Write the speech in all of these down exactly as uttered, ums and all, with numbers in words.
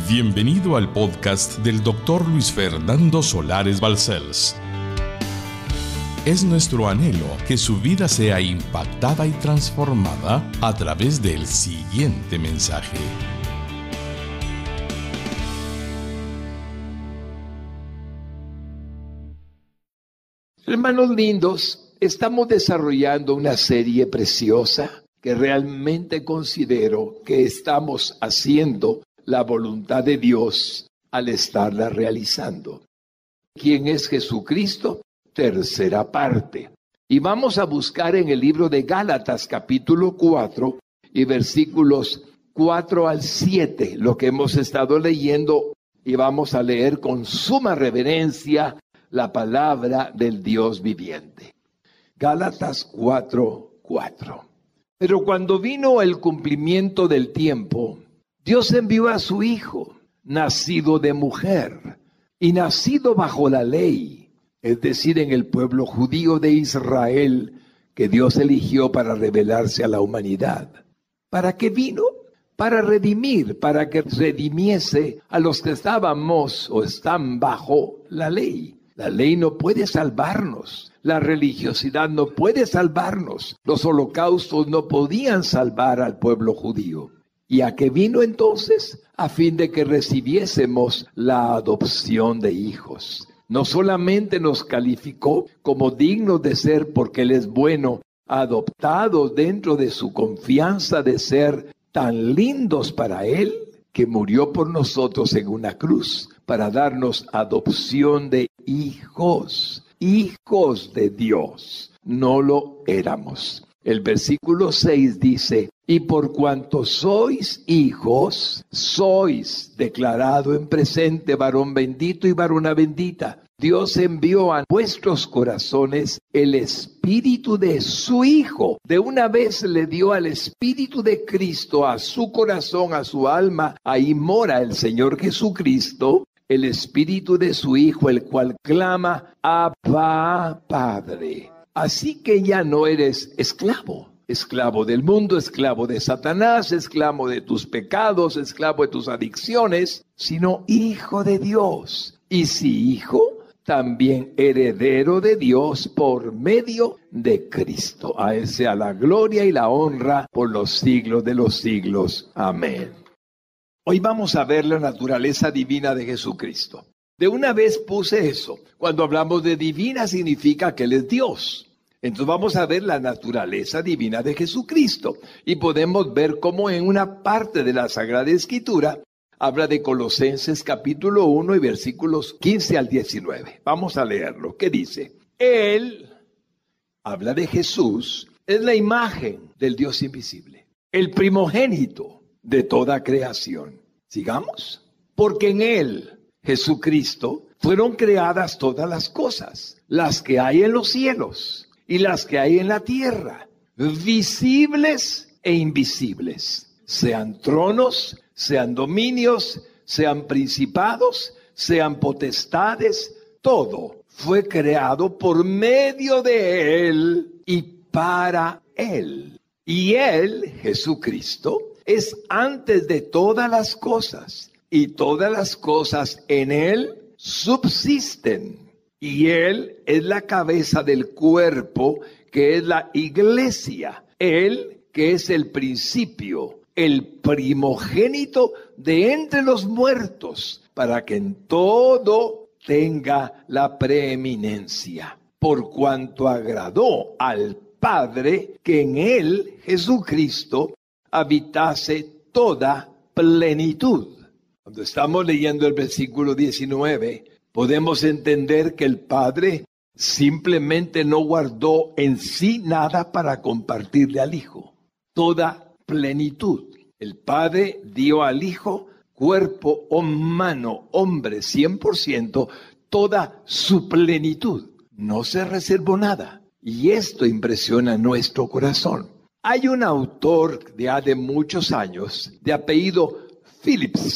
Bienvenido al podcast del doctor Luis Fernando Solares Balcells. Es nuestro anhelo que su vida sea impactada y transformada a través del siguiente mensaje. Hermanos lindos, estamos desarrollando una serie preciosa que realmente considero que estamos haciendo la voluntad de Dios al estarla realizando. ¿Quién es Jesucristo? Tercera parte. Y vamos a buscar en el libro de Gálatas capítulo cuatro y versículos cuatro al siete, lo que hemos estado leyendo, y vamos a leer con suma reverencia la palabra del Dios viviente. Gálatas cuatro, cuatro. Pero cuando vino el cumplimiento del tiempo, Dios envió a su Hijo, nacido de mujer y nacido bajo la ley, es decir, en el pueblo judío de Israel, que Dios eligió para revelarse a la humanidad. ¿Para qué vino? Para redimir, para que redimiese a los que estábamos o están bajo la ley. La ley no puede salvarnos, la religiosidad no puede salvarnos, los holocaustos no podían salvar al pueblo judío. ¿Y a qué vino entonces? A fin de que recibiésemos la adopción de hijos. No solamente nos calificó como dignos de ser, porque Él es bueno, adoptados dentro de su confianza de ser tan lindos para Él, que murió por nosotros en una cruz, para darnos adopción de hijos, hijos de Dios. No lo éramos. El versículo seis dice: y por cuanto sois hijos, sois declarado en presente varón bendito y varona bendita. Dios envió a vuestros corazones el espíritu de su Hijo. De una vez le dio al espíritu de Cristo a su corazón, a su alma. Ahí mora el Señor Jesucristo, el espíritu de su Hijo, el cual clama: Abba, Padre. Así que ya no eres esclavo, esclavo del mundo, esclavo de Satanás, esclavo de tus pecados, esclavo de tus adicciones, sino hijo de Dios. Y si hijo, también heredero de Dios por medio de Cristo. A Él sea la gloria y la honra por los siglos de los siglos. Amén. Hoy vamos a ver la naturaleza divina de Jesucristo. De una vez puse eso. Cuando hablamos de divina significa que Él es Dios. Entonces vamos a ver la naturaleza divina de Jesucristo. Y podemos ver cómo en una parte de la Sagrada Escritura habla de Colosenses capítulo uno y versículos quince al diecinueve. Vamos a leerlo. ¿Qué dice? Él, habla de Jesús, es la imagen del Dios invisible, el primogénito de toda creación. Sigamos. Porque en Él, Jesucristo, fueron creadas todas las cosas, las que hay en los cielos y las que hay en la tierra, visibles e invisibles, sean tronos, sean dominios, sean principados, sean potestades, todo fue creado por medio de Él y para Él. Y Él, Jesucristo, es antes de todas las cosas, y todas las cosas en Él subsisten. Y Él es la cabeza del cuerpo, que es la iglesia. Él, que es el principio, el primogénito de entre los muertos, para que en todo tenga la preeminencia. Por cuanto agradó al Padre que en Él, Jesucristo, habitase toda plenitud. Cuando estamos leyendo el versículo diecinueve, podemos entender que el Padre simplemente no guardó en sí nada para compartirle al Hijo. Toda plenitud. El Padre dio al Hijo cuerpo humano, hombre, cien por ciento, toda su plenitud. No se reservó nada. Y esto impresiona nuestro corazón. Hay un autor de hace muchos años, de apellido Phillips.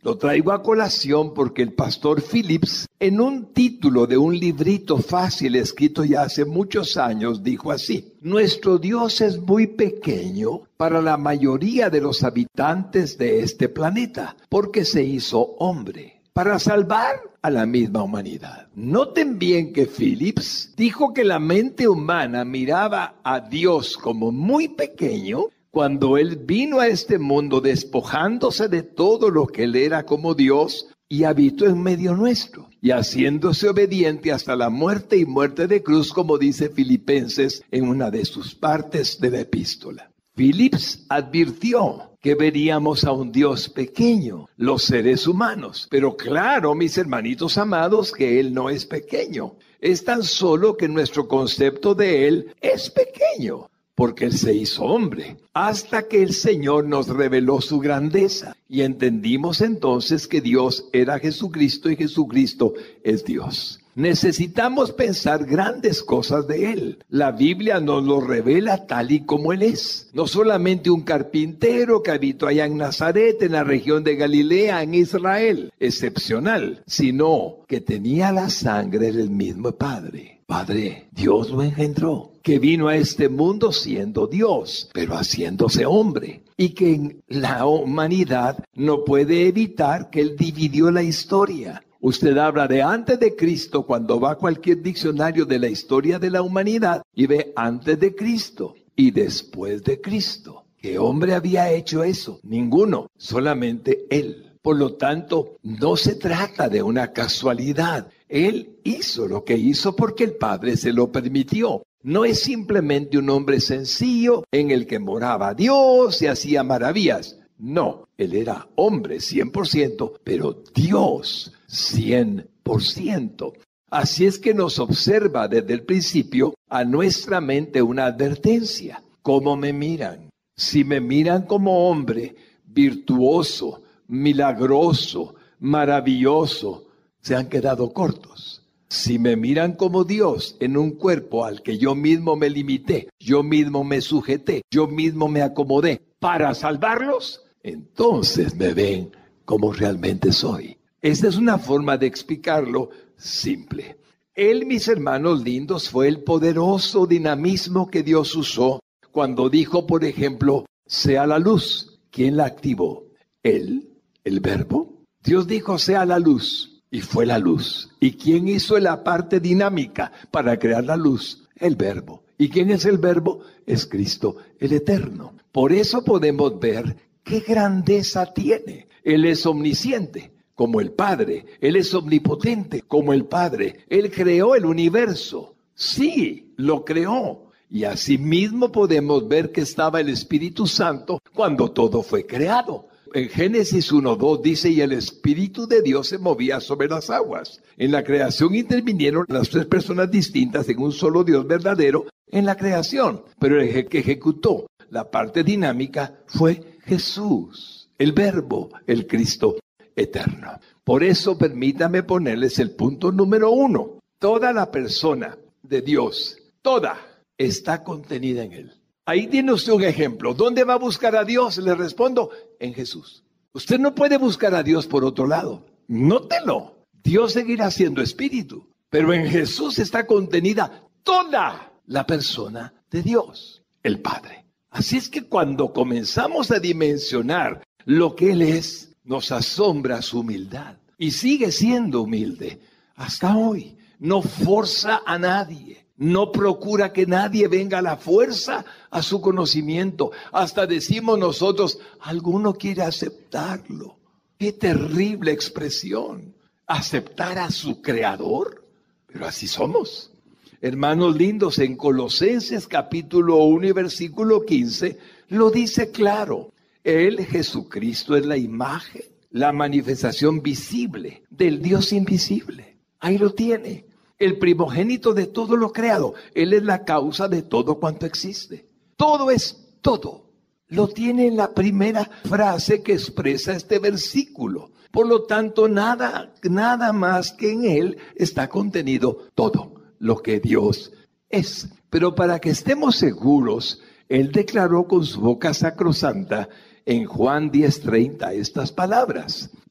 Lo traigo a colación porque el pastor Phillips, en un título de un librito fácil escrito ya hace muchos años, dijo así: nuestro Dios es muy pequeño para la mayoría de los habitantes de este planeta, porque se hizo hombre para salvar a la misma humanidad. Noten bien que Phillips dijo que la mente humana miraba a Dios como muy pequeño cuando Él vino a este mundo despojándose de todo lo que Él era como Dios y habitó en medio nuestro, y haciéndose obediente hasta la muerte y muerte de cruz, como dice Filipenses en una de sus partes de la epístola. Phillips advirtió que veríamos a un Dios pequeño, los seres humanos. Pero claro, mis hermanitos amados, que Él no es pequeño. Es tan solo que nuestro concepto de Él es pequeño, porque Él se hizo hombre, hasta que el Señor nos reveló su grandeza. Y entendimos entonces que Dios era Jesucristo y Jesucristo es Dios. Necesitamos pensar grandes cosas de Él. La Biblia nos lo revela tal y como Él es. No solamente un carpintero que habitó allá en Nazaret, en la región de Galilea, en Israel, excepcional, sino que tenía la sangre del mismo Padre. Padre, Dios lo engendró, que vino a este mundo siendo Dios, pero haciéndose hombre, y que en la humanidad no puede evitar que Él dividió la historia. Usted habla de antes de Cristo cuando va a cualquier diccionario de la historia de la humanidad y ve antes de Cristo y después de Cristo. ¿Qué hombre había hecho eso? Ninguno, solamente Él. Por lo tanto, no se trata de una casualidad. Él hizo lo que hizo porque el Padre se lo permitió. No es simplemente un hombre sencillo en el que moraba Dios y hacía maravillas. No, Él era hombre cien por ciento, pero Dios cien por ciento. Así es que nos observa desde el principio a nuestra mente una advertencia. ¿Cómo me miran? Si me miran como hombre virtuoso, milagroso, maravilloso, se han quedado cortos. Si me miran como Dios en un cuerpo al que yo mismo me limité, yo mismo me sujeté, yo mismo me acomodé para salvarlos, entonces me ven como realmente soy. Esta es una forma de explicarlo simple. Él, mis hermanos lindos, fue el poderoso dinamismo que Dios usó cuando dijo, por ejemplo, sea la luz. ¿Quién la activó? Él, el verbo. Dios dijo, sea la luz, y fue la luz. ¿Y quién hizo la parte dinámica para crear la luz? El verbo. ¿Y quién es el verbo? Es Cristo, el eterno. Por eso podemos ver qué grandeza tiene. Él es omnisciente, como el Padre. Él es omnipotente, como el Padre. Él creó el universo. Sí, lo creó. Y asimismo podemos ver que estaba el Espíritu Santo cuando todo fue creado. En Génesis uno dos dice, y el Espíritu de Dios se movía sobre las aguas. En la creación intervinieron las tres personas distintas en un solo Dios verdadero en la creación. Pero el que ejecutó la parte dinámica fue Jesús, el Verbo, el Cristo eterno. Por eso permítame ponerles el punto número uno. Toda la persona de Dios, toda, está contenida en Él. Ahí tiene usted un ejemplo. ¿Dónde va a buscar a Dios? Le respondo, en Jesús. Usted no puede buscar a Dios por otro lado. Nótelo. Dios seguirá siendo espíritu, pero en Jesús está contenida toda la persona de Dios, el Padre. Así es que cuando comenzamos a dimensionar lo que Él es, nos asombra su humildad. Y sigue siendo humilde hasta hoy. No forza a nadie. No procura que nadie venga a la fuerza a su conocimiento. Hasta decimos nosotros, alguno quiere aceptarlo. ¡Qué terrible expresión! ¿Aceptar a su Creador? Pero así somos. Hermanos lindos, en Colosenses capítulo uno y versículo quince, lo dice claro. Él, Jesucristo, es la imagen, la manifestación visible del Dios invisible. Ahí lo tiene. El primogénito de todo lo creado. Él es la causa de todo cuanto existe. Todo es todo. Lo tiene en la primera frase que expresa este versículo. Por lo tanto, nada, nada más que en Él está contenido todo lo que Dios es. Pero para que estemos seguros, Él declaró con su boca sacrosanta en Juan diez treinta estas palabras.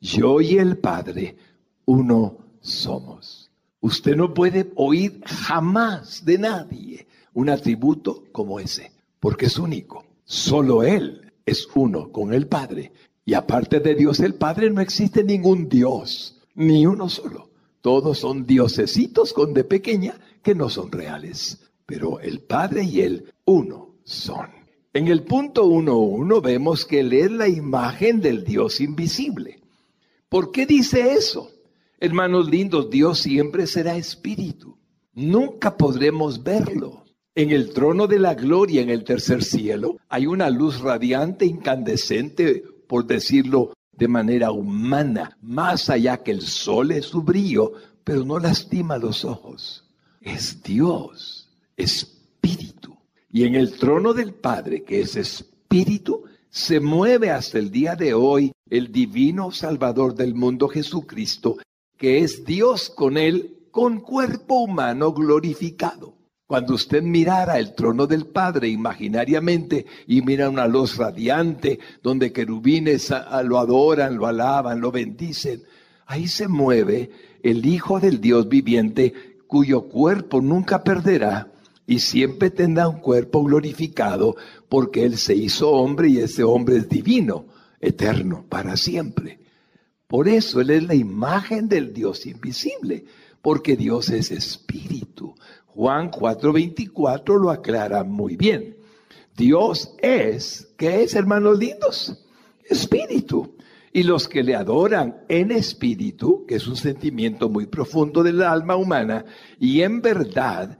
Yo y el Padre, uno somos. Usted no puede oír jamás de nadie un atributo como ese, porque es único. Solo Él es uno con el Padre. Y aparte de Dios el Padre no existe ningún Dios, ni uno solo. Todos son diosesitos con de pequeña que no son reales. Pero el Padre y Él uno son. En el punto uno punto uno vemos que Él es la imagen del Dios invisible. ¿Por qué dice eso? Hermanos lindos, Dios siempre será espíritu. Nunca podremos verlo. En el trono de la gloria, en el tercer cielo, hay una luz radiante, incandescente, por decirlo de manera humana, más allá que el sol es su brillo, pero no lastima los ojos. Es Dios, espíritu. Y en el trono del Padre, que es espíritu, se mueve hasta el día de hoy el divino Salvador del mundo, Jesucristo, que es Dios con él, con cuerpo humano glorificado. Cuando usted mirara el trono del Padre imaginariamente y mira una luz radiante donde querubines lo adoran, lo alaban, lo bendicen, ahí se mueve el Hijo del Dios viviente, cuyo cuerpo nunca perderá y siempre tendrá un cuerpo glorificado, porque Él se hizo hombre y ese hombre es divino, eterno, para siempre. Por eso Él es la imagen del Dios invisible, porque Dios es espíritu. Juan cuatro veinticuatro lo aclara muy bien. Dios es, ¿qué es, hermanos lindos? Espíritu. Y los que le adoran en espíritu, que es un sentimiento muy profundo del alma humana, y en verdad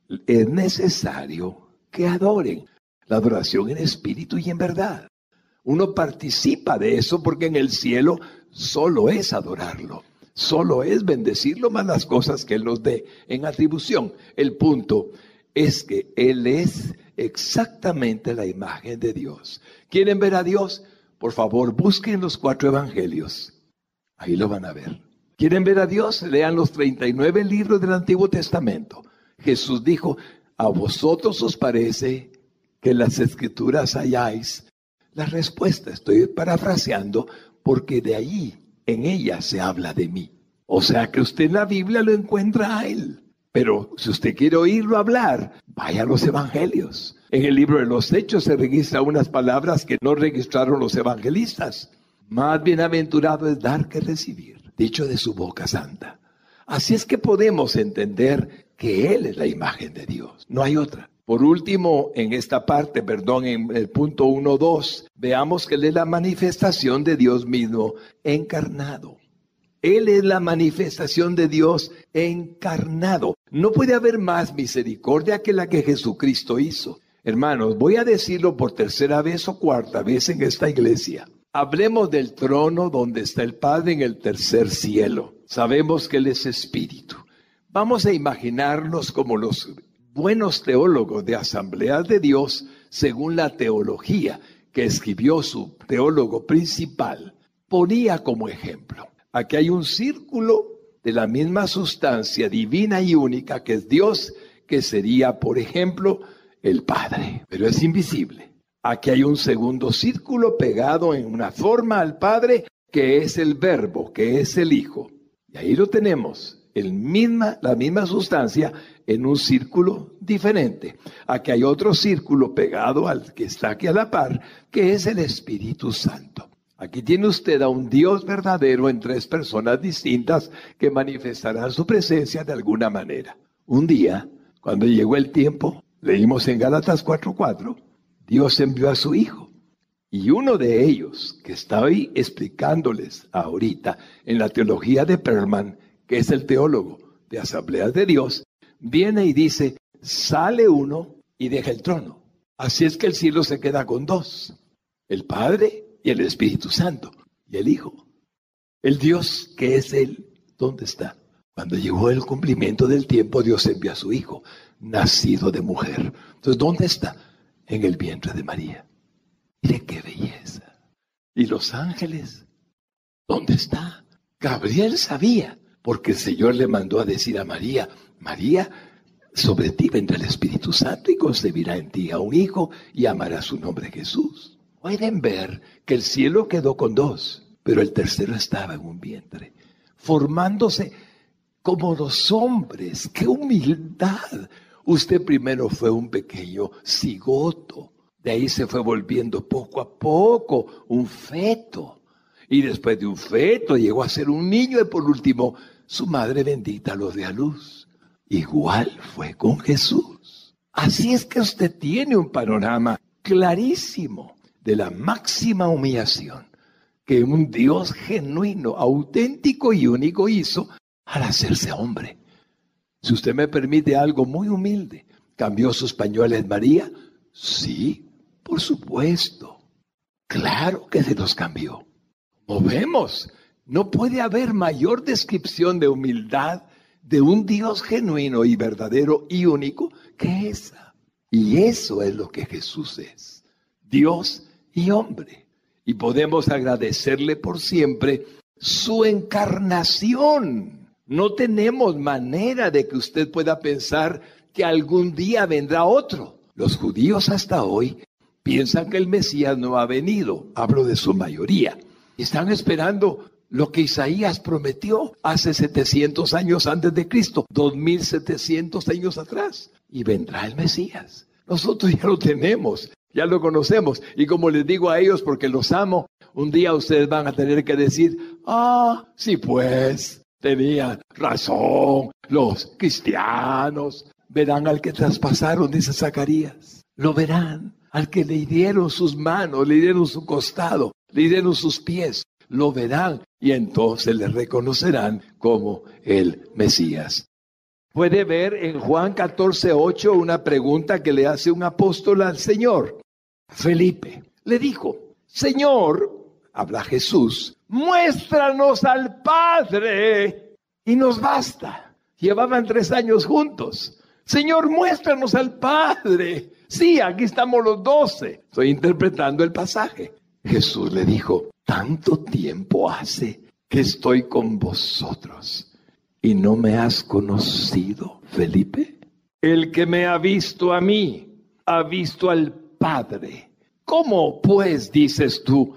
es necesario que adoren. La adoración en espíritu y en verdad. Uno participa de eso porque en el cielo solo es adorarlo. Solo es bendecirlo, más las cosas que Él nos dé en atribución. El punto es que Él es exactamente la imagen de Dios. ¿Quieren ver a Dios? Por favor, busquen los cuatro evangelios. Ahí lo van a ver. ¿Quieren ver a Dios? Lean los treinta y nueve libros del Antiguo Testamento. Jesús dijo, ¿a vosotros os parece que en las Escrituras halláis la respuesta? Estoy parafraseando porque de ahí, en ella se habla de mí. O sea que usted en la Biblia lo encuentra a Él. Pero si usted quiere oírlo hablar, vaya a los evangelios. En el libro de los Hechos se registran unas palabras que no registraron los evangelistas. Más bienaventurado es dar que recibir, dicho de su boca santa. Así es que podemos entender que Él es la imagen de Dios. No hay otra. Por último, en esta parte, perdón, en el punto uno punto dos, veamos que Él es la manifestación de Dios mismo encarnado. Él es la manifestación de Dios encarnado. No puede haber más misericordia que la que Jesucristo hizo. Hermanos, voy a decirlo por tercera vez o cuarta vez en esta iglesia. Hablemos del trono donde está el Padre en el tercer cielo. Sabemos que Él es espíritu. Vamos a imaginarnos como los buenos teólogos de Asambleas de Dios, según la teología que escribió su teólogo principal, ponía como ejemplo. Aquí hay un círculo de la misma sustancia divina y única que es Dios, que sería, por ejemplo, el Padre, pero es invisible. Aquí hay un segundo círculo pegado en una forma al Padre, que es el Verbo, que es el Hijo. Y ahí lo tenemos. El misma, la misma sustancia en un círculo diferente. Aquí hay otro círculo pegado al que está aquí a la par, que es el Espíritu Santo. Aquí tiene usted a un Dios verdadero en tres personas distintas que manifestarán su presencia de alguna manera. Un día, cuando llegó el tiempo, leímos en Gálatas cuatro cuatro, Dios envió a su Hijo. Y uno de ellos, que está ahí explicándoles ahorita en la teología de Perlman, que es el teólogo de Asambleas de Dios, viene y dice, sale uno y deja el trono. Así es que el cielo se queda con dos, el Padre y el Espíritu Santo, y el Hijo. El Dios que es Él, ¿dónde está? Cuando llegó el cumplimiento del tiempo, Dios envió a su Hijo, nacido de mujer. Entonces, ¿dónde está? En el vientre de María. Mire qué belleza. ¿Y los ángeles? ¿Dónde está? Gabriel sabía, porque el Señor le mandó a decir a María, María, sobre ti vendrá el Espíritu Santo y concebirá en ti a un hijo y amará su nombre Jesús. Pueden ver que el cielo quedó con dos, pero el tercero estaba en un vientre, formándose como los hombres. ¡Qué humildad! Usted primero fue un pequeño cigoto, de ahí se fue volviendo poco a poco un feto, y después de un feto llegó a ser un niño, y por último su madre bendita lo dio a luz. Igual fue con Jesús. Así es que usted tiene un panorama clarísimo de la máxima humillación que un Dios genuino, auténtico y único hizo al hacerse hombre. Si usted me permite algo muy humilde, ¿cambió sus pañuelos María? Sí, por supuesto. Claro que se los cambió. Como vemos, no puede haber mayor descripción de humildad de un Dios genuino y verdadero y único que esa. Y eso es lo que Jesús es, Dios y hombre. Y podemos agradecerle por siempre su encarnación. No tenemos manera de que usted pueda pensar que algún día vendrá otro. Los judíos hasta hoy piensan que el Mesías no ha venido. Hablo de su mayoría. Están esperando lo que Isaías prometió hace setecientos años antes de Cristo, dos mil setecientos años atrás. Y vendrá el Mesías. Nosotros ya lo tenemos, ya lo conocemos. Y como les digo a ellos, porque los amo, un día ustedes van a tener que decir, ah, sí pues, tenían razón los cristianos. Verán al que traspasaron, dice Zacarías. Lo verán, al que le dieron sus manos, le dieron su costado, le dieron sus pies. Lo verán y entonces le reconocerán como el Mesías. Puede ver en Juan catorce ocho una pregunta que le hace un apóstol al Señor. Felipe le dijo, Señor, habla Jesús, muéstranos al Padre y nos basta. Llevaban tres años juntos. Señor, muéstranos al Padre. Sí, aquí estamos los doce. Estoy interpretando el pasaje. Jesús le dijo, tanto tiempo hace que estoy con vosotros y no me has conocido, Felipe. El que me ha visto a mí, ha visto al Padre. ¿Cómo pues dices tú,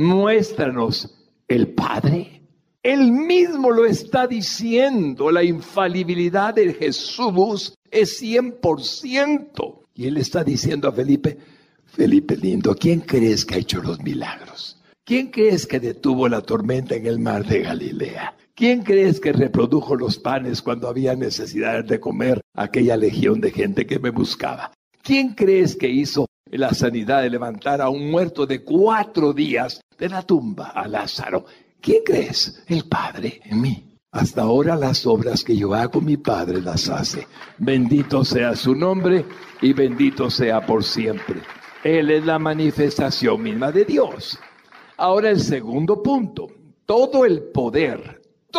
muéstranos el Padre? Él mismo lo está diciendo, la infalibilidad de Jesús es cien por ciento. Y él está diciendo a Felipe, Felipe lindo, ¿quién crees que ha hecho los milagros? ¿Quién crees que detuvo la tormenta en el mar de Galilea? ¿Quién crees que reprodujo los panes cuando había necesidad de comer aquella legión de gente que me buscaba? ¿Quién crees que hizo la sanidad de levantar a un muerto de cuatro días de la tumba, a Lázaro? ¿Quién crees? El Padre en mí. Hasta ahora las obras que yo hago, mi Padre las hace. Bendito sea su nombre y bendito sea por siempre. Él es la manifestación misma de Dios. Ahora el segundo punto. Todo el poder,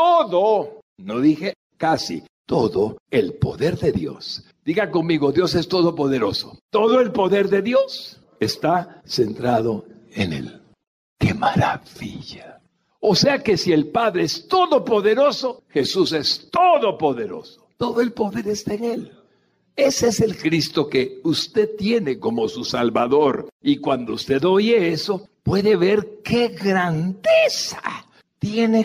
todo, no dije casi, todo el poder de Dios. Diga conmigo, Dios es todopoderoso. Todo el poder de Dios está centrado en Él. ¡Qué maravilla! O sea que si el Padre es todopoderoso, Jesús es todopoderoso. Todo el poder está en Él. Ese es el Cristo que usted tiene como su Salvador. Y cuando usted oye eso, puede ver qué grandeza tiene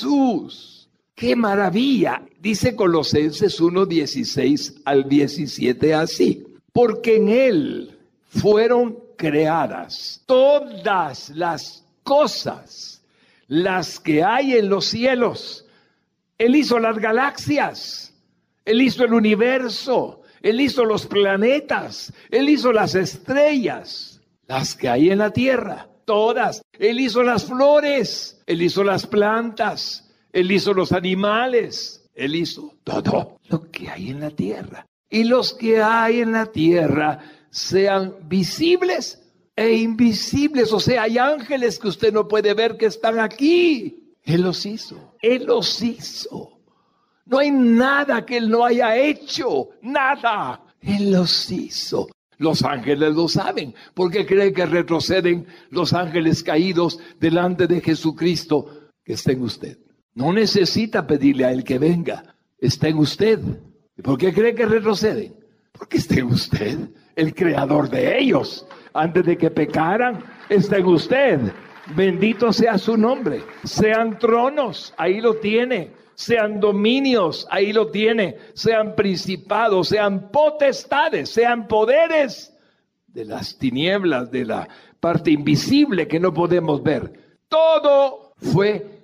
Jesús. ¡Qué maravilla! Dice Colosenses uno, dieciséis al diecisiete así. Porque en Él fueron creadas todas las cosas, las que hay en los cielos. Él hizo las galaxias, Él hizo el universo, Él hizo los planetas, Él hizo las estrellas, las que hay en la tierra, todas. Él hizo las flores, Él hizo las plantas, Él hizo los animales, Él hizo todo lo que hay en la tierra. Y los que hay en la tierra, sean visibles e invisibles, o sea, hay ángeles que usted no puede ver que están aquí. Él los hizo, Él los hizo. No hay nada que Él no haya hecho, nada. Él los hizo. Los ángeles lo saben, porque creen que retroceden los ángeles caídos delante de Jesucristo que está en usted. No necesita pedirle a Él que venga, está en usted. ¿Por qué cree que retroceden? Porque está en usted, el creador de ellos. Antes de que pecaran, está en usted. Bendito sea su nombre. Sean tronos, ahí lo tiene. Sean dominios, ahí lo tiene. Sean principados, sean potestades, sean poderes de las tinieblas, de la parte invisible que no podemos ver. Todo fue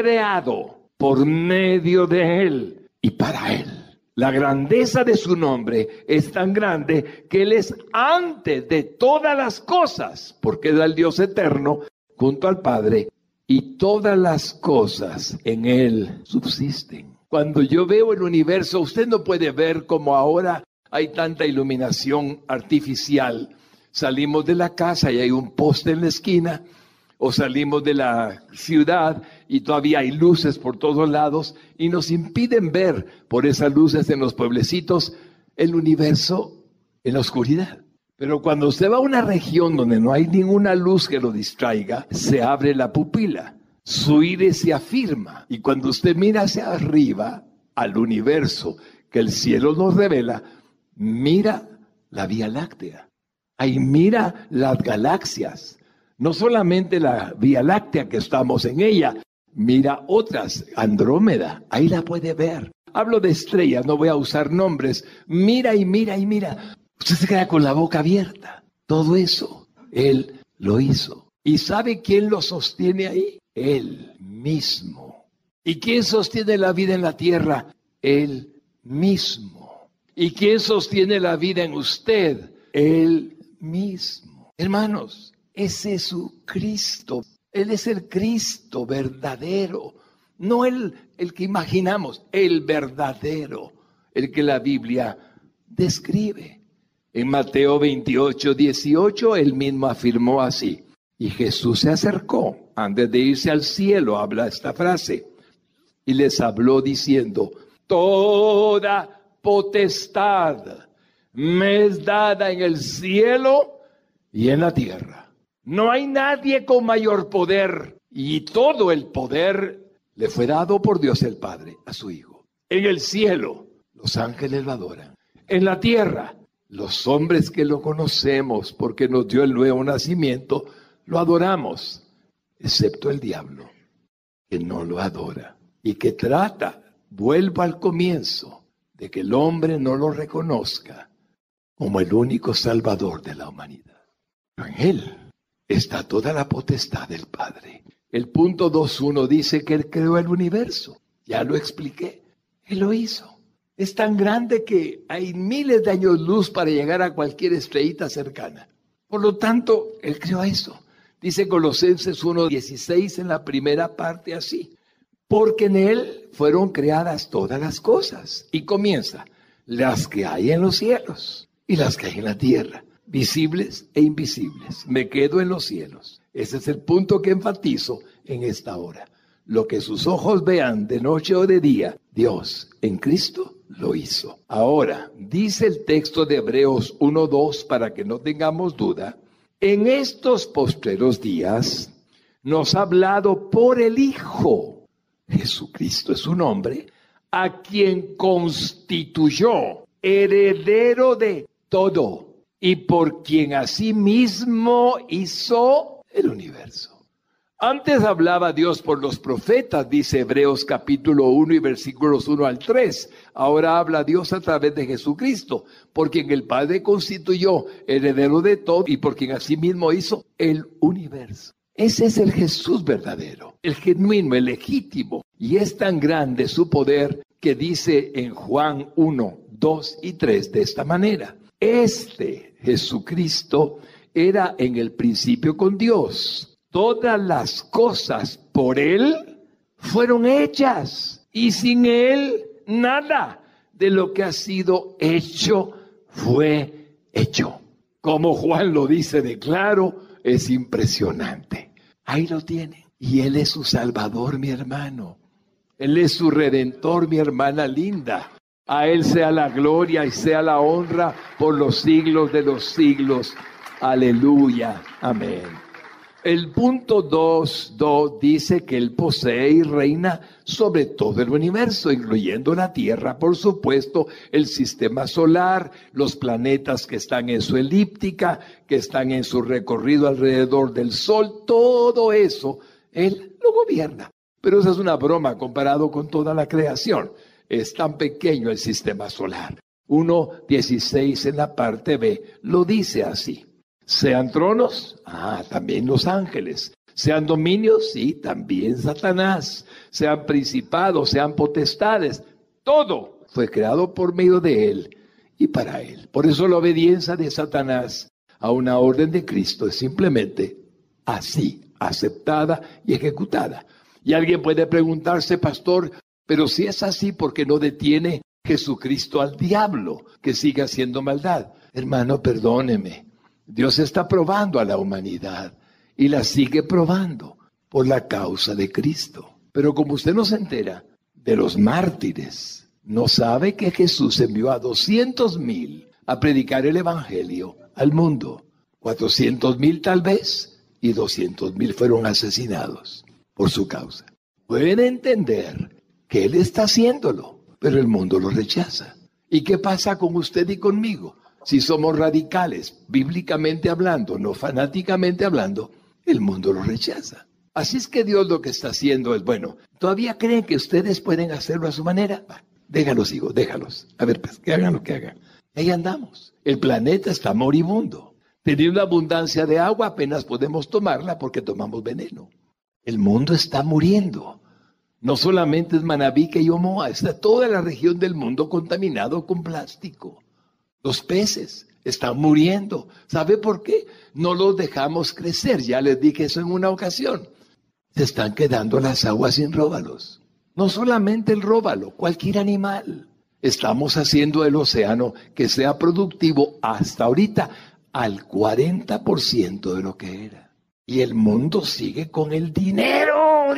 creado por medio de Él y para Él. La grandeza de su nombre es tan grande que Él es antes de todas las cosas, porque es el Dios eterno junto al Padre, y todas las cosas en Él subsisten. Cuando yo veo el universo, usted no puede ver como ahora hay tanta iluminación artificial. Salimos de la casa y hay un poste en la esquina, o salimos de la ciudad y todavía hay luces por todos lados y nos impiden ver por esas luces en los pueblecitos el universo en la oscuridad. Pero cuando usted va a una región donde no hay ninguna luz que lo distraiga, se abre la pupila, su iris se afirma, y cuando usted mira hacia arriba al universo que el cielo nos revela, mira la Vía Láctea. Ahí mira las galaxias, no solamente la Vía Láctea que estamos en ella, mira otras, Andrómeda, ahí la puede ver. Hablo de estrellas, no voy a usar nombres, mira y mira y mira. Usted se queda con la boca abierta. Todo eso, Él lo hizo. ¿Y sabe quién lo sostiene ahí? Él mismo. ¿Y quién sostiene la vida en la tierra? Él mismo. ¿Y quién sostiene la vida en usted? Él mismo. Hermanos, es Jesucristo. Él es el Cristo verdadero. No el, el que imaginamos, el verdadero, el que la Biblia describe. En Mateo veintiocho, dieciocho, él mismo afirmó así. Y Jesús se acercó, antes de irse al cielo, habla esta frase, y les habló diciendo, toda potestad me es dada en el cielo y en la tierra. No hay nadie con mayor poder, y todo el poder le fue dado por Dios el Padre a su Hijo. En el cielo, los ángeles lo adoran. En la tierra, los hombres que lo conocemos porque nos dio el nuevo nacimiento, lo adoramos, excepto el diablo, que no lo adora y que trata, vuelvo al comienzo, de que el hombre no lo reconozca como el único salvador de la humanidad. Pero en Él está toda la potestad del Padre. El punto dos punto uno dice que Él creó el universo. Ya lo expliqué. Él lo hizo. Es tan grande que hay miles de años luz para llegar a cualquier estrellita cercana. Por lo tanto, Él creó eso. Dice Colosenses uno dieciséis en la primera parte así. Porque en Él fueron creadas todas las cosas. Y comienza, las que hay en los cielos y las que hay en la tierra, visibles e invisibles. Me quedo en los cielos. Ese es el punto que enfatizo en esta hora. Lo que sus ojos vean de noche o de día, Dios en Cristo lo hizo. Ahora, dice el texto de Hebreos uno dos, para que no tengamos duda, en estos postreros días nos ha hablado por el Hijo, Jesucristo es su nombre, a quien constituyó heredero de todo y por quien asimismo hizo el universo. Antes hablaba Dios por los profetas, dice Hebreos capítulo uno y versículos uno al tres. Ahora habla Dios a través de Jesucristo, por quien el Padre constituyó heredero de todo y por quien asimismo hizo el universo. Ese es el Jesús verdadero, el genuino, el legítimo. Y es tan grande su poder que dice en Juan uno, dos y tres de esta manera. Este Jesucristo era en el principio con Dios. Todas las cosas por Él fueron hechas y sin Él nada de lo que ha sido hecho fue hecho. Como Juan lo dice de claro, es impresionante. Ahí lo tiene. Y Él es su Salvador, mi hermano. Él es su Redentor, mi hermana linda. A Él sea la gloria y sea la honra por los siglos de los siglos. Aleluya. Amén. El punto dos punto dos dice que Él posee y reina sobre todo el universo, incluyendo la Tierra, por supuesto, el sistema solar, los planetas que están en su elíptica, que están en su recorrido alrededor del Sol, todo eso, Él lo gobierna. Pero esa es una broma comparado con toda la creación. Es tan pequeño el sistema solar. uno dieciséis en la parte B lo dice así. Sean tronos, ah, también los ángeles. Sean dominios, sí, también Satanás. Sean principados, sean potestades. Todo fue creado por medio de Él y para Él. Por eso la obediencia de Satanás a una orden de Cristo es simplemente así, aceptada y ejecutada. Y alguien puede preguntarse, pastor, pero si es así, ¿por qué no detiene Jesucristo al diablo que sigue haciendo maldad? Hermano, perdóneme. Dios está probando a la humanidad y la sigue probando por la causa de Cristo. Pero como usted no se entera de los mártires, no sabe que Jesús envió a doscientos mil a predicar el evangelio al mundo. cuatrocientos mil tal vez y doscientos mil fueron asesinados por su causa. Pueden entender que Él está haciéndolo, pero el mundo lo rechaza. ¿Y qué pasa con usted y conmigo? Si somos radicales, bíblicamente hablando, no fanáticamente hablando, el mundo lo rechaza. Así es que Dios lo que está haciendo es, bueno, ¿todavía creen que ustedes pueden hacerlo a su manera? Va, déjalos, hijos, déjalos. A ver, pues, que hagan lo que hagan. Ahí andamos. El planeta está moribundo. Teniendo abundancia de agua, apenas podemos tomarla porque tomamos veneno. El mundo está muriendo. No solamente es Manabí y Omoa, está toda la región del mundo contaminado con plástico. Los peces están muriendo. ¿Sabe por qué? No los dejamos crecer. Ya les dije eso en una ocasión. Se están quedando las aguas sin róbalos. No solamente el róbalo, cualquier animal. Estamos haciendo el océano que sea productivo hasta ahorita al cuarenta por ciento de lo que era. Y el mundo sigue con el dinero,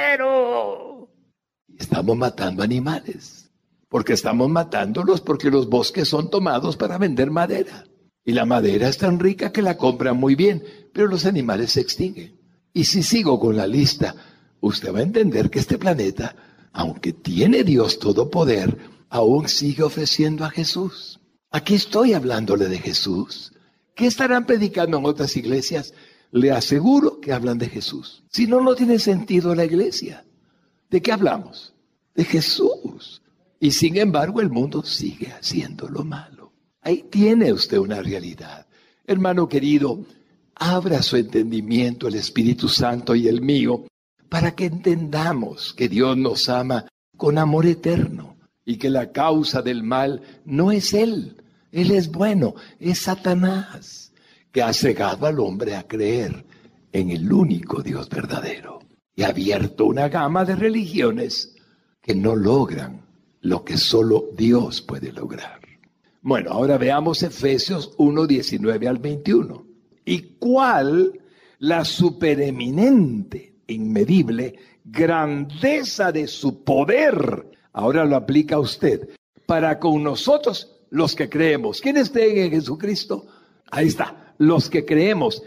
dinero. Y estamos matando animales. Porque estamos matándolos porque los bosques son tomados para vender madera. Y la madera es tan rica que la compran muy bien, pero los animales se extinguen. Y si sigo con la lista, usted va a entender que este planeta, aunque tiene Dios todo poder, aún sigue ofreciendo a Jesús. Aquí estoy hablándole de Jesús. ¿Qué estarán predicando en otras iglesias? Le aseguro que hablan de Jesús. Si no, no tiene sentido la iglesia. ¿De qué hablamos? De Jesús. Y sin embargo el mundo sigue haciendo lo malo. Ahí tiene usted una realidad. Hermano querido, abra su entendimiento, el Espíritu Santo y el mío, para que entendamos que Dios nos ama con amor eterno y que la causa del mal no es Él. Él es bueno, es Satanás, que ha cegado al hombre a creer en el único Dios verdadero y ha abierto una gama de religiones que no logran lo que solo Dios puede lograr. Bueno, ahora veamos Efesios uno, diecinueve al veintiuno. ¿Y cuál la supereminente, inmedible grandeza de su poder? Ahora lo aplica usted. Para con nosotros, los que creemos. ¿Quiénes creen en Jesucristo? Ahí está. Los que creemos,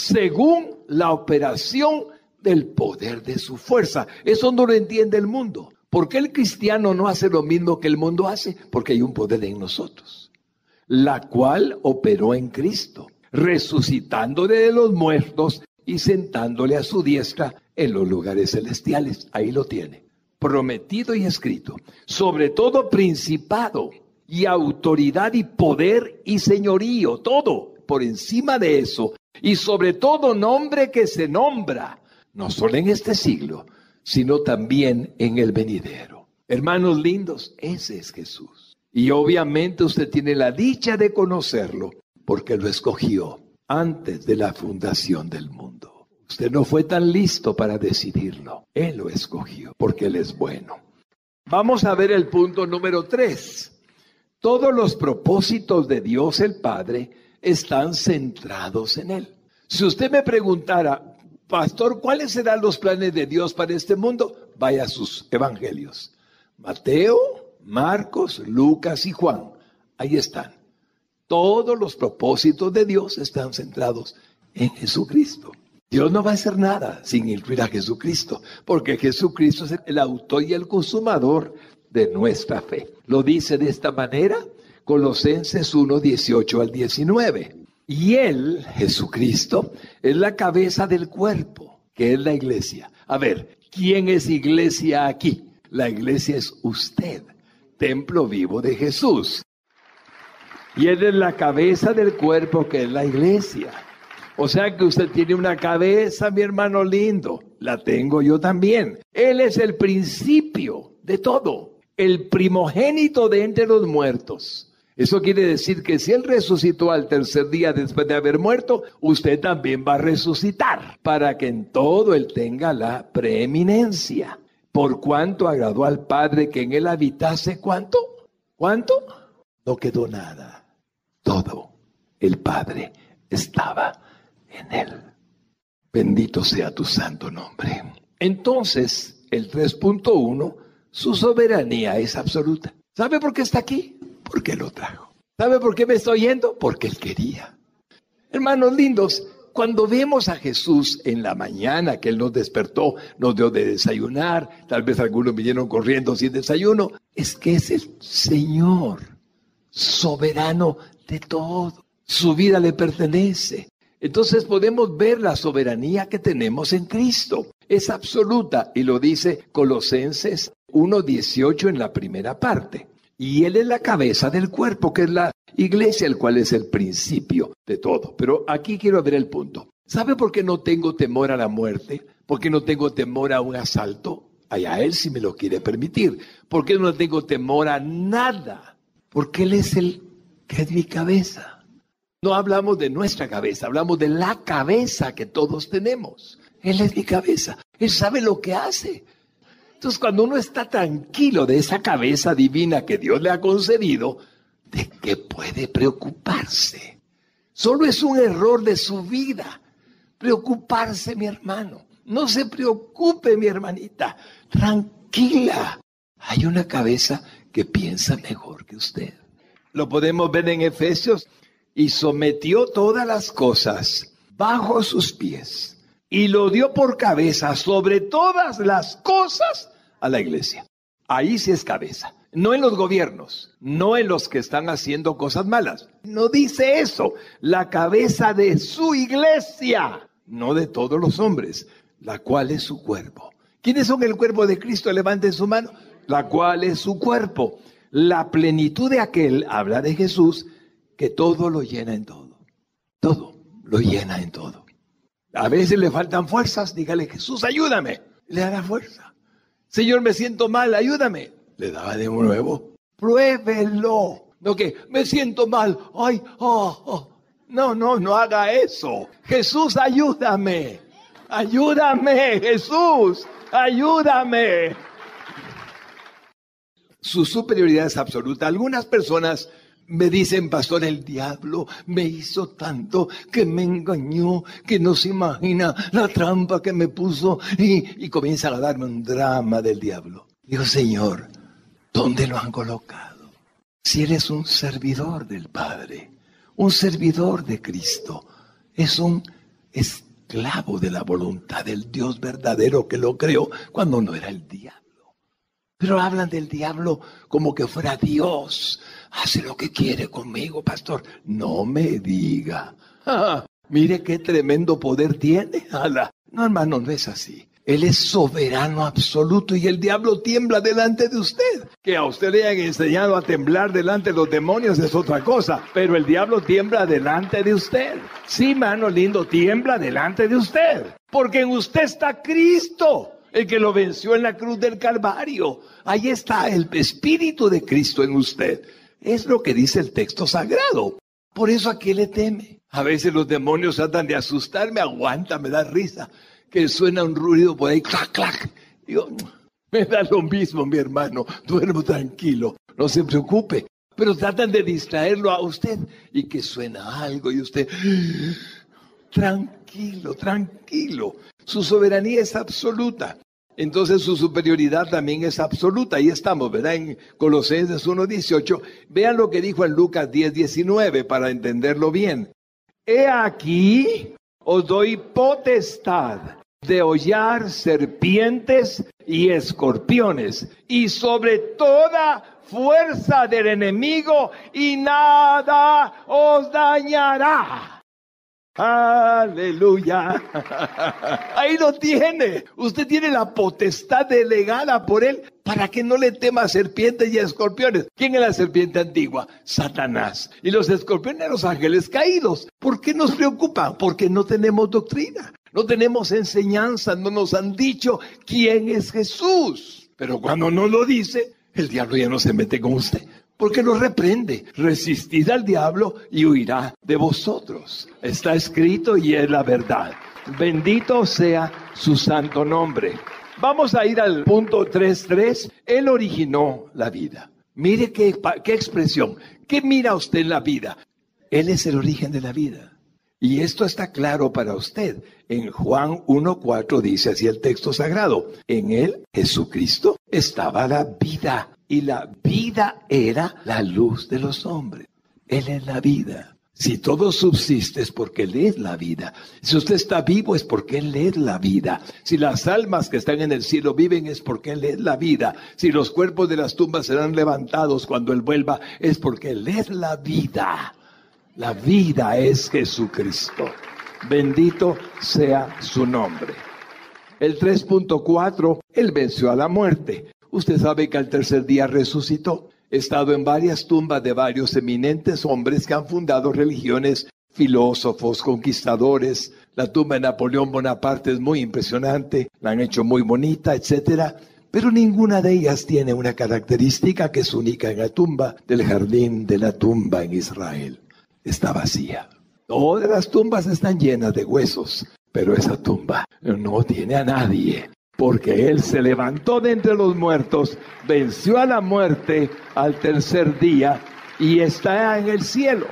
según la operación del poder de su fuerza. Eso no lo entiende el mundo. ¿Por qué el cristiano no hace lo mismo que el mundo hace? Porque hay un poder en nosotros, la cual operó en Cristo, resucitándole de los muertos y sentándole a su diestra en los lugares celestiales. Ahí lo tiene, prometido y escrito. Sobre todo principado y autoridad y poder y señorío, todo por encima de eso. Y sobre todo nombre que se nombra, no solo en este siglo, sino también en el venidero. Hermanos lindos, ese es Jesús. Y obviamente usted tiene la dicha de conocerlo, porque lo escogió antes de la fundación del mundo. Usted no fue tan listo para decidirlo. Él lo escogió, porque Él es bueno. Vamos a ver el punto número tres. Todos los propósitos de Dios el Padre están centrados en Él. Si usted me preguntara, pastor, ¿cuáles serán los planes de Dios para este mundo? Vaya a sus evangelios. Mateo, Marcos, Lucas y Juan. Ahí están. Todos los propósitos de Dios están centrados en Jesucristo. Dios no va a hacer nada sin incluir a Jesucristo, porque Jesucristo es el autor y el consumador de nuestra fe. Lo dice de esta manera, Colosenses uno, dieciocho al diecinueve. Y Él, Jesucristo, es la cabeza del cuerpo, que es la iglesia. A ver, ¿quién es iglesia aquí? La iglesia es usted, templo vivo de Jesús. Y Él es la cabeza del cuerpo, que es la iglesia. O sea que usted tiene una cabeza, mi hermano lindo. La tengo yo también. Él es el principio de todo, el primogénito de entre los muertos. Eso quiere decir que si Él resucitó al tercer día después de haber muerto, usted también va a resucitar, para que en todo Él tenga la preeminencia. Por cuanto agradó al Padre que en Él habitase, ¿cuánto? ¿Cuánto? No quedó nada. Todo el Padre estaba en Él. Bendito sea tu santo nombre. Entonces, el tres punto uno, su soberanía es absoluta. ¿Sabe por qué está aquí? Porque lo trajo. ¿Sabe por qué me estoy yendo? Porque Él quería. Hermanos lindos, cuando vemos a Jesús en la mañana, que Él nos despertó, nos dio de desayunar, tal vez algunos vinieron corriendo sin desayuno, es que es el Señor, soberano de todo. Su vida le pertenece. Entonces podemos ver la soberanía que tenemos en Cristo. Es absoluta, y lo dice Colosenses uno, dieciocho en la primera parte. Y Él es la cabeza del cuerpo, que es la iglesia, el cual es el principio de todo. Pero aquí quiero ver el punto. ¿Sabe por qué no tengo temor a la muerte? ¿Por qué no tengo temor a un asalto? Allá Él sí me lo quiere permitir. ¿Por qué no tengo temor a nada? Porque Él es el que es mi cabeza. No hablamos de nuestra cabeza, hablamos de la cabeza que todos tenemos. Él es mi cabeza. Él sabe lo que hace. Entonces, cuando uno está tranquilo de esa cabeza divina que Dios le ha concedido, ¿de qué puede preocuparse? Solo es un error de su vida. Preocuparse, mi hermano. No se preocupe, mi hermanita. Tranquila. Hay una cabeza que piensa mejor que usted. Lo podemos ver en Efesios. Y sometió todas las cosas bajo sus pies. Y lo dio por cabeza sobre todas las cosas a la iglesia. Ahí sí es cabeza. No en los gobiernos, no en los que están haciendo cosas malas. No dice eso. La cabeza de su iglesia, no de todos los hombres, la cual es su cuerpo. ¿Quiénes son el cuerpo de Cristo? Levanten su mano. La cual es su cuerpo. La plenitud de aquel, habla de Jesús, que todo lo llena en todo. Todo lo llena en todo. A veces le faltan fuerzas, dígale, Jesús, ayúdame. Le dará fuerza. Señor, me siento mal, ayúdame. Le daba de nuevo. Pruébelo. No que, me siento mal. Ay, oh, oh. No, no, no haga eso. Jesús, ayúdame. Ayúdame, Jesús. Ayúdame. Su superioridad es absoluta. Algunas personas me dicen, pastor, el diablo me hizo tanto que me engañó, que no se imagina la trampa que me puso, y, y comienzan a darme un drama del diablo. Digo, Señor, ¿dónde lo han colocado? Si eres un servidor del Padre, un servidor de Cristo, es un esclavo de la voluntad del Dios verdadero que lo creó cuando no era el diablo. Pero hablan del diablo como que fuera Dios. Hace lo que quiere conmigo, pastor. No me diga. Ah, mire qué tremendo poder tiene. Ala. No, hermano, no es así. Él es soberano absoluto y el diablo tiembla delante de usted. Que a usted le hayan enseñado a temblar delante de los demonios es otra cosa. Pero el diablo tiembla delante de usted. Sí, hermano lindo, tiembla delante de usted. Porque en usted está Cristo, el que lo venció en la cruz del Calvario. Ahí está el Espíritu de Cristo en usted. Es lo que dice el texto sagrado. Por eso a qué le teme. A veces los demonios tratan de asustarme, aguanta, me da risa. Que suena un ruido por ahí, clac, clac. Digo, me da lo mismo, mi hermano. Duermo tranquilo, no se preocupe. Pero tratan de distraerlo a usted y que suena algo y usted, tranquilo, tranquilo. Su soberanía es absoluta. Entonces su superioridad también es absoluta. Ahí estamos, ¿verdad? En Colosenses uno dieciocho. Vean lo que dijo en Lucas diez diecinueve para entenderlo bien. He aquí, os doy potestad de hollar serpientes y escorpiones, y sobre toda fuerza del enemigo, y nada os dañará. Aleluya. Ahí lo tiene. Usted tiene la potestad delegada por él para que no le tema a serpientes y a escorpiones. ¿Quién es la serpiente antigua? Satanás. Y los escorpiones, los ángeles caídos. ¿Por qué nos preocupa? Porque no tenemos doctrina, no tenemos enseñanza, no nos han dicho quién es Jesús. Pero cuando no lo dice, el diablo ya no se mete con usted, porque lo reprende. Resistid al diablo y huirá de vosotros. Está escrito y es la verdad. Bendito sea su santo nombre. Vamos a ir al punto tres tres. Él originó la vida. Mire qué, qué expresión. ¿Qué mira usted en la vida? Él es el origen de la vida. Y esto está claro para usted. En Juan uno cuatro dice así el texto sagrado: en él, Jesucristo, estaba la vida. Y la vida era la luz de los hombres. Él es la vida. Si todo subsiste es porque Él es la vida. Si usted está vivo es porque Él es la vida. Si las almas que están en el cielo viven es porque Él es la vida. Si los cuerpos de las tumbas serán levantados cuando Él vuelva es porque Él es la vida. La vida es Jesucristo. Bendito sea su nombre. El tres punto cuatro, Él venció a la muerte. Usted sabe que al tercer día resucitó. He estado en varias tumbas de varios eminentes hombres que han fundado religiones, filósofos, conquistadores. La tumba de Napoleón Bonaparte es muy impresionante, la han hecho muy bonita, etcétera. Pero ninguna de ellas tiene una característica que es única en la tumba del jardín de la tumba en Israel. Está vacía. Todas las tumbas están llenas de huesos, pero esa tumba no tiene a nadie. Porque Él se levantó de entre los muertos, venció a la muerte al tercer día y está en el cielo.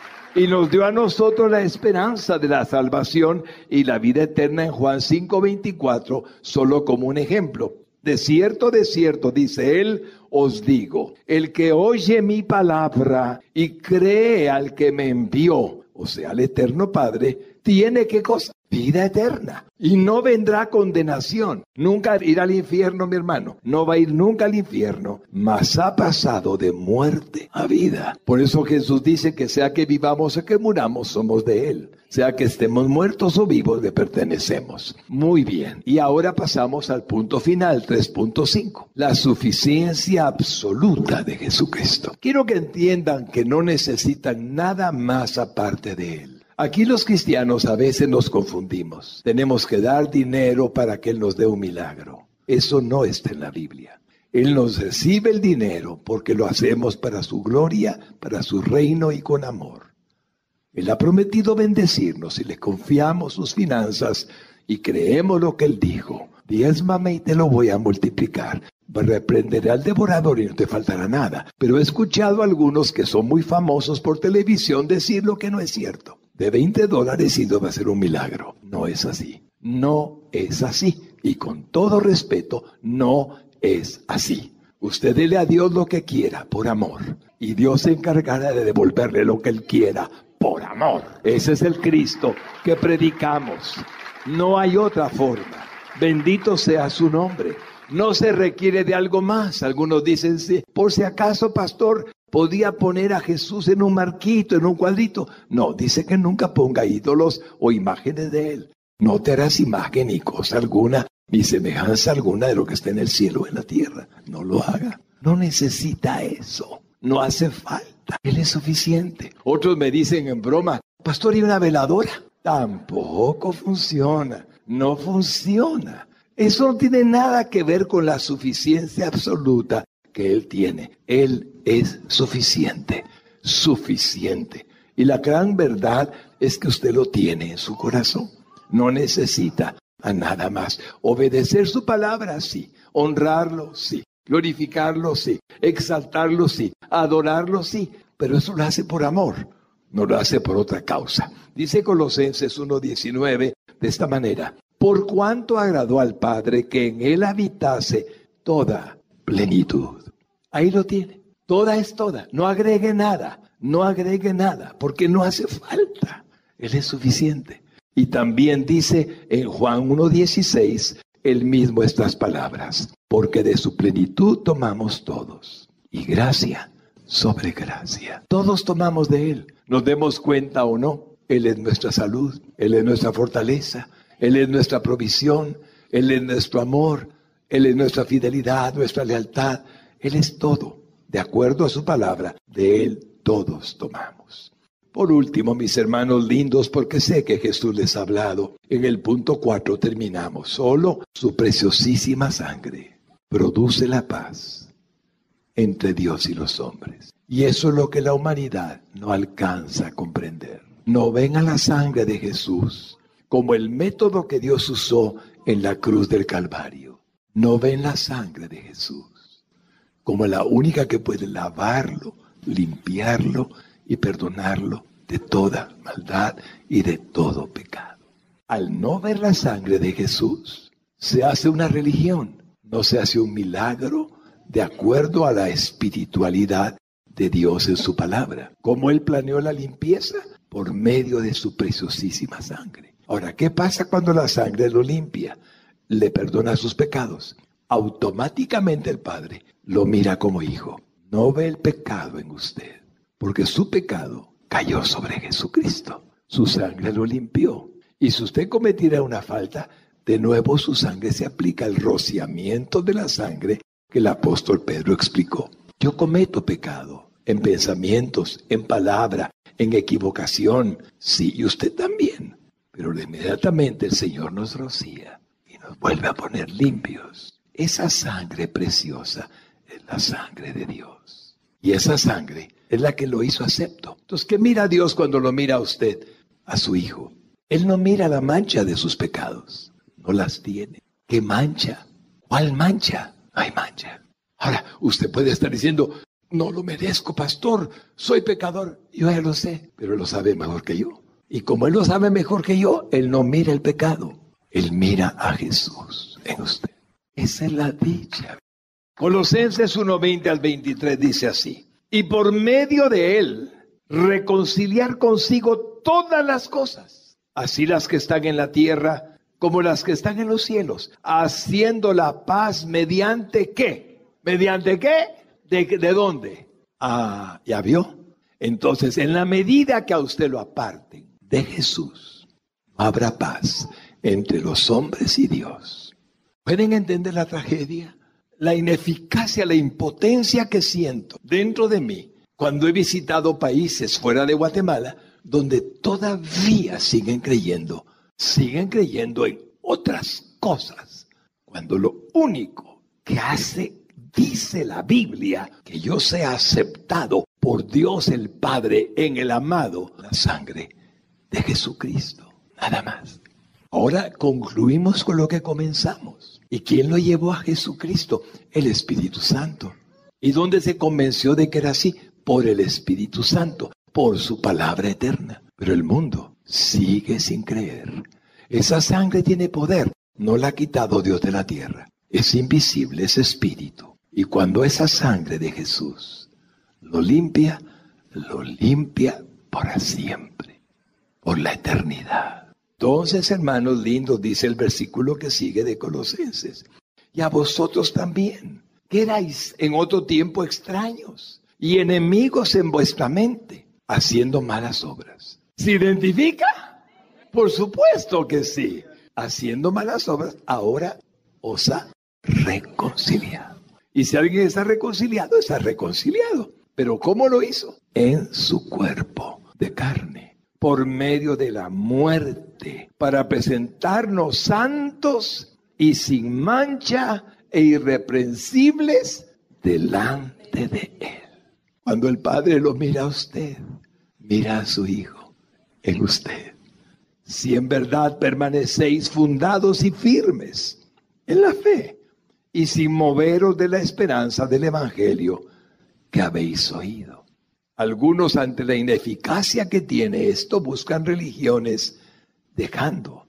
Y nos dio a nosotros la esperanza de la salvación y la vida eterna en Juan cinco veinticuatro, solo como un ejemplo. De cierto, de cierto, dice Él, os digo, el que oye mi palabra y cree al que me envió, o sea, al eterno Padre, tiene ¿qué cosa? Vida eterna. Y no vendrá condenación. Nunca irá al infierno, mi hermano. No va a ir nunca al infierno. Mas ha pasado de muerte a vida. Por eso Jesús dice que sea que vivamos o que muramos, somos de Él. Sea que estemos muertos o vivos, le pertenecemos. Muy bien. Y ahora pasamos al punto final, tres punto cinco. La suficiencia absoluta de Jesucristo. Quiero que entiendan que no necesitan nada más aparte de Él. Aquí los cristianos a veces nos confundimos. Tenemos que dar dinero para que Él nos dé un milagro. Eso no está en la Biblia. Él nos recibe el dinero porque lo hacemos para su gloria, para su reino y con amor. Él ha prometido bendecirnos si le confiamos sus finanzas y creemos lo que Él dijo. Diezmame y te lo voy a multiplicar. Reprenderé al devorador y no te faltará nada. Pero he escuchado a algunos que son muy famosos por televisión decir lo que no es cierto. De veinte dólares y no va a ser un milagro. No es así. No es así. Y con todo respeto, no es así. Usted dele a Dios lo que quiera por amor. Y Dios se encargará de devolverle lo que Él quiera por amor. Ese es el Cristo que predicamos. No hay otra forma. Bendito sea su nombre. No se requiere de algo más. Algunos dicen, sí, por si acaso, pastor, podía poner a Jesús en un marquito, en un cuadrito. No, dice que nunca ponga ídolos o imágenes de Él. No te harás imagen ni cosa alguna, ni semejanza alguna de lo que está en el cielo o en la tierra. No lo haga. No necesita eso. No hace falta. Él es suficiente. Otros me dicen en broma, pastor, ¿y una veladora? Tampoco funciona. No funciona. Eso no tiene nada que ver con la suficiencia absoluta que Él tiene. Él es suficiente, suficiente. Y la gran verdad es que usted lo tiene en su corazón. No necesita a nada más. Obedecer su palabra, sí. Honrarlo, sí. Glorificarlo, sí. Exaltarlo, sí. Adorarlo, sí. Pero eso lo hace por amor, no lo hace por otra causa. Dice Colosenses uno diecinueve de esta manera: por cuanto agradó al Padre que en Él habitase toda plenitud. Ahí lo tiene. Toda es toda. No agregue nada. No agregue nada. Porque no hace falta. Él es suficiente. Y también dice en Juan uno dieciséis, el mismo estas palabras, porque de su plenitud tomamos todos, y gracia sobre gracia. Todos tomamos de Él, nos demos cuenta o no. Él es nuestra salud, Él es nuestra fortaleza, Él es nuestra provisión, Él es nuestro amor, Él es nuestra fidelidad, nuestra lealtad. Él es todo, de acuerdo a su palabra, de Él todos tomamos. Por último, mis hermanos lindos, porque sé que Jesús les ha hablado, en el punto cuatro terminamos. Solo su preciosísima sangre produce la paz entre Dios y los hombres. Y eso es lo que la humanidad no alcanza a comprender. No ven a la sangre de Jesús como el método que Dios usó en la cruz del Calvario. No ven la sangre de Jesús como la única que puede lavarlo, limpiarlo y perdonarlo de toda maldad y de todo pecado. Al no ver la sangre de Jesús, se hace una religión, no se hace un milagro de acuerdo a la espiritualidad de Dios en su palabra. ¿Cómo Él planeó la limpieza? Por medio de su preciosísima sangre. Ahora, ¿qué pasa cuando la sangre lo limpia? Le perdona sus pecados. Automáticamente el Padre lo mira como hijo. No ve el pecado en usted, porque su pecado cayó sobre Jesucristo. Su sangre lo limpió. Y si usted cometiera una falta, de nuevo su sangre se aplica al rociamiento de la sangre que el apóstol Pedro explicó. Yo cometo pecado en pensamientos, en palabra, en equivocación. Sí, y usted también. Pero inmediatamente el Señor nos rocía y nos vuelve a poner limpios. Esa sangre preciosa es la sangre de Dios. Y esa sangre es la que lo hizo acepto. Entonces, ¿qué mira Dios cuando lo mira a usted? A su Hijo. Él no mira la mancha de sus pecados. No las tiene. ¿Qué mancha? ¿Cuál mancha? No hay mancha. Ahora, usted puede estar diciendo, no lo merezco, pastor, soy pecador. Yo ya lo sé, pero Él lo sabe mejor que yo. Y como Él lo sabe mejor que yo, Él no mira el pecado. Él mira a Jesús en usted. Esa es la dicha. Colosenses uno veinte al veintitrés dice así. Y por medio de Él, reconciliar consigo todas las cosas, así las que están en la tierra como las que están en los cielos, haciendo la paz mediante ¿qué? ¿Mediante qué? ¿De, de dónde? Ah, ¿ya vio? Entonces, en la medida que a usted lo aparten de Jesús, habrá paz entre los hombres y Dios. ¿Pueden entender la tragedia? La ineficacia, la impotencia que siento dentro de mí cuando he visitado países fuera de Guatemala donde todavía siguen creyendo, siguen creyendo en otras cosas, cuando lo único que hace, dice la Biblia, que yo sea aceptado por Dios el Padre en el amado, la sangre de Jesucristo, nada más. Ahora concluimos con lo que comenzamos. ¿Y quién lo llevó a Jesucristo? El Espíritu Santo. ¿Y dónde se convenció de que era así? Por el Espíritu Santo, por su palabra eterna. Pero el mundo sigue sin creer. Esa sangre tiene poder, no la ha quitado Dios de la tierra. Es invisible, es espíritu. Y cuando esa sangre de Jesús lo limpia, lo limpia para siempre, por la eternidad. Entonces, hermanos lindos, dice el versículo que sigue de Colosenses, y a vosotros también, que erais en otro tiempo extraños y enemigos en vuestra mente, haciendo malas obras. ¿Se identifica? Por supuesto que sí. Haciendo malas obras, ahora os ha reconciliado. Y si alguien está reconciliado, está reconciliado. ¿Pero cómo lo hizo? En su cuerpo de carne, por medio de la muerte, para presentarnos santos y sin mancha e irreprensibles delante de Él. Cuando el Padre lo mira a usted, mira a su Hijo en usted. Si en verdad permanecéis fundados y firmes en la fe y sin moveros de la esperanza del Evangelio que habéis oído. Algunos, ante la ineficacia que tiene esto, buscan religiones dejando,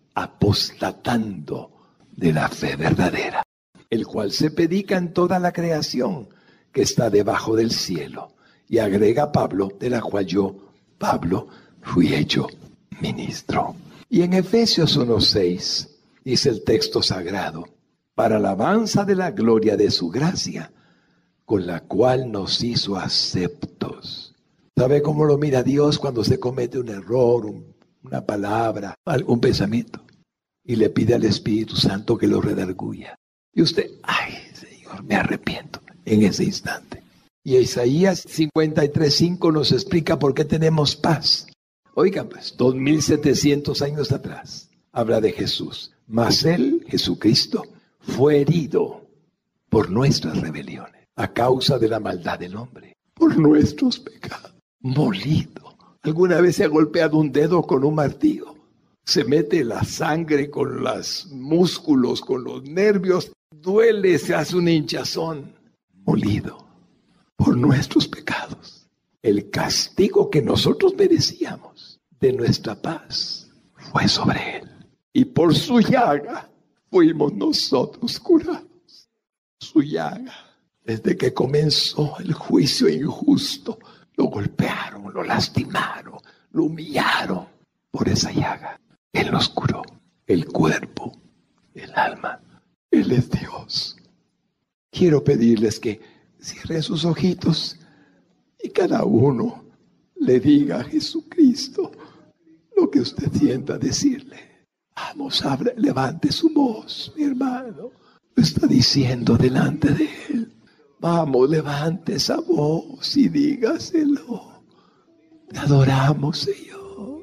apostatando de la fe verdadera, el cual se predica en toda la creación que está debajo del cielo. Y agrega Pablo, de la cual yo, Pablo, fui hecho ministro. Y en Efesios uno seis dice el texto sagrado: para alabanza de la gloria de su gracia, con la cual nos hizo aceptos. ¿Sabe cómo lo mira Dios cuando se comete un error, un, una palabra, un pensamiento? Y le pide al Espíritu Santo que lo redarguya. Y usted, ay, Señor, me arrepiento en ese instante. Y Isaías cincuenta y tres cinco nos explica por qué tenemos paz. Oigan, pues, dos mil setecientos años atrás, habla de Jesús. Mas Él, Jesucristo, fue herido por nuestras rebeliones, a causa de la maldad del hombre, por nuestros pecados, molido. ¿Alguna vez se ha golpeado un dedo con un martillo? Se mete la sangre con los músculos, con los nervios, duele, se hace un hinchazón. Molido por nuestros pecados. El castigo que nosotros merecíamos de nuestra paz fue sobre Él. Y por su llaga fuimos nosotros curados. Su llaga. Desde que comenzó el juicio injusto, lo golpearon, lo lastimaron, lo humillaron. Por esa llaga, Él nos curó. El cuerpo, el alma. Él es Dios. Quiero pedirles que cierren sus ojitos y cada uno le diga a Jesucristo lo que usted sienta decirle. Vamos, abre, levante su voz, mi hermano. Lo está diciendo delante de Él. Vamos, levante esa voz y dígaselo. Te adoramos, Señor.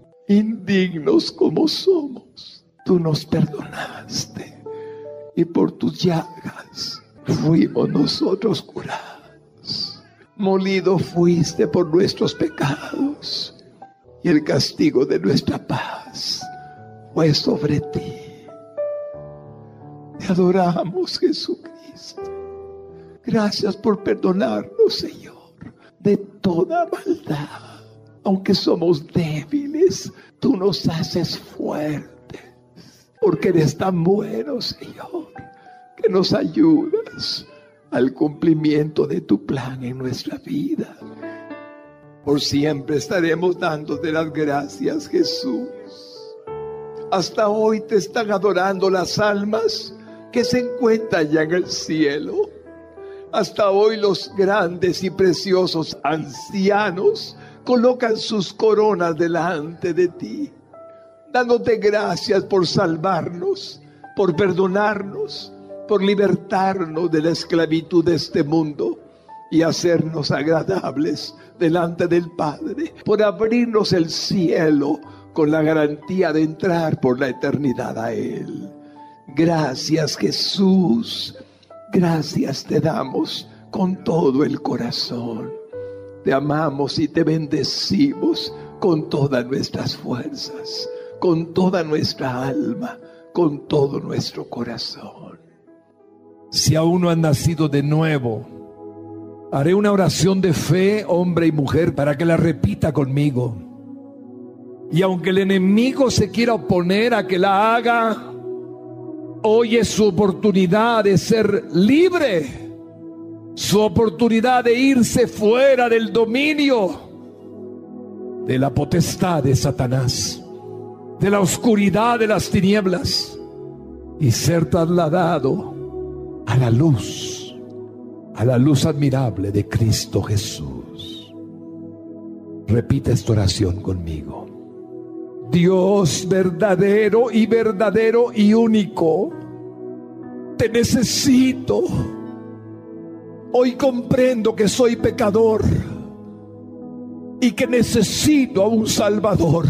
Indignos como somos, tú nos perdonaste. Y por tus llagas fuimos nosotros curados. Molido fuiste por nuestros pecados. Y el castigo de nuestra paz fue sobre ti. Te adoramos, Jesucristo. Gracias por perdonarnos, Señor, de toda maldad. Aunque somos débiles, tú nos haces fuertes. Porque eres tan bueno, Señor, que nos ayudas al cumplimiento de tu plan en nuestra vida. Por siempre estaremos dándote las gracias, Jesús. Hasta hoy te están adorando las almas que se encuentran ya en el cielo. Hasta hoy los grandes y preciosos ancianos colocan sus coronas delante de ti, dándote gracias por salvarnos, por perdonarnos, por libertarnos de la esclavitud de este mundo y hacernos agradables delante del Padre, por abrirnos el cielo con la garantía de entrar por la eternidad a Él. Gracias, Jesús. Gracias te damos con todo el corazón. Te amamos y te bendecimos con todas nuestras fuerzas, con toda nuestra alma, con todo nuestro corazón. Si aún no han nacido de nuevo, haré una oración de fe, hombre y mujer, para que la repita conmigo. Y aunque el enemigo se quiera oponer a que la haga, hoy es su oportunidad de ser libre, su oportunidad de irse fuera del dominio de la potestad de Satanás, de la oscuridad de las tinieblas, y ser trasladado a la luz, a la luz admirable de Cristo Jesús. Repita esta oración conmigo. Dios verdadero y verdadero y único, te necesito. Hoy comprendo que soy pecador y que necesito a un Salvador.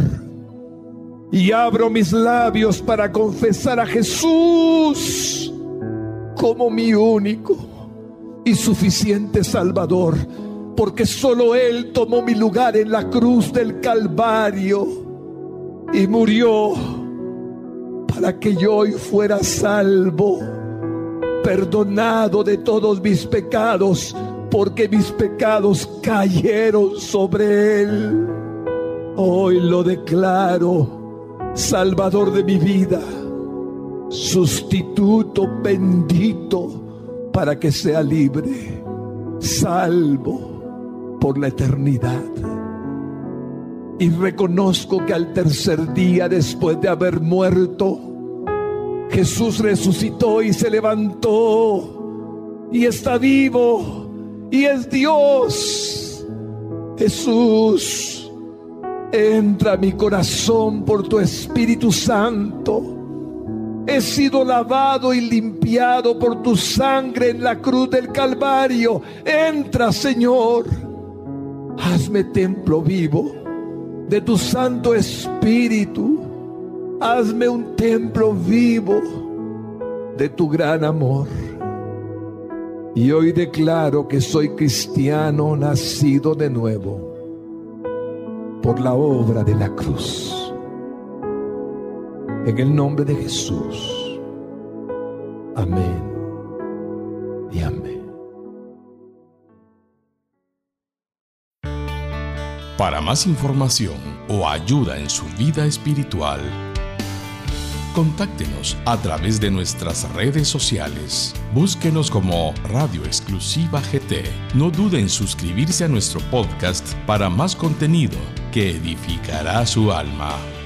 Y abro mis labios para confesar a Jesús como mi único y suficiente Salvador, porque solo Él tomó mi lugar en la cruz del Calvario y murió para que yo hoy fuera salvo, perdonado de todos mis pecados, porque mis pecados cayeron sobre Él. Hoy lo declaro Salvador de mi vida, sustituto bendito, para que sea libre, salvo por la eternidad. Y reconozco que al tercer día, después de haber muerto, Jesús resucitó y se levantó y está vivo y es Dios. Jesús, entra a mi corazón por tu Espíritu Santo. He sido lavado y limpiado por tu sangre en la cruz del Calvario. Entra, Señor. Hazme templo vivo de tu Santo Espíritu. Hazme un templo vivo de tu gran amor. Y hoy declaro que soy cristiano nacido de nuevo por la obra de la cruz. En el nombre de Jesús. Amén y amén. Para más información o ayuda en su vida espiritual, contáctenos a través de nuestras redes sociales. Búsquenos como Radio Exclusiva G T. No dude en suscribirse a nuestro podcast para más contenido que edificará su alma.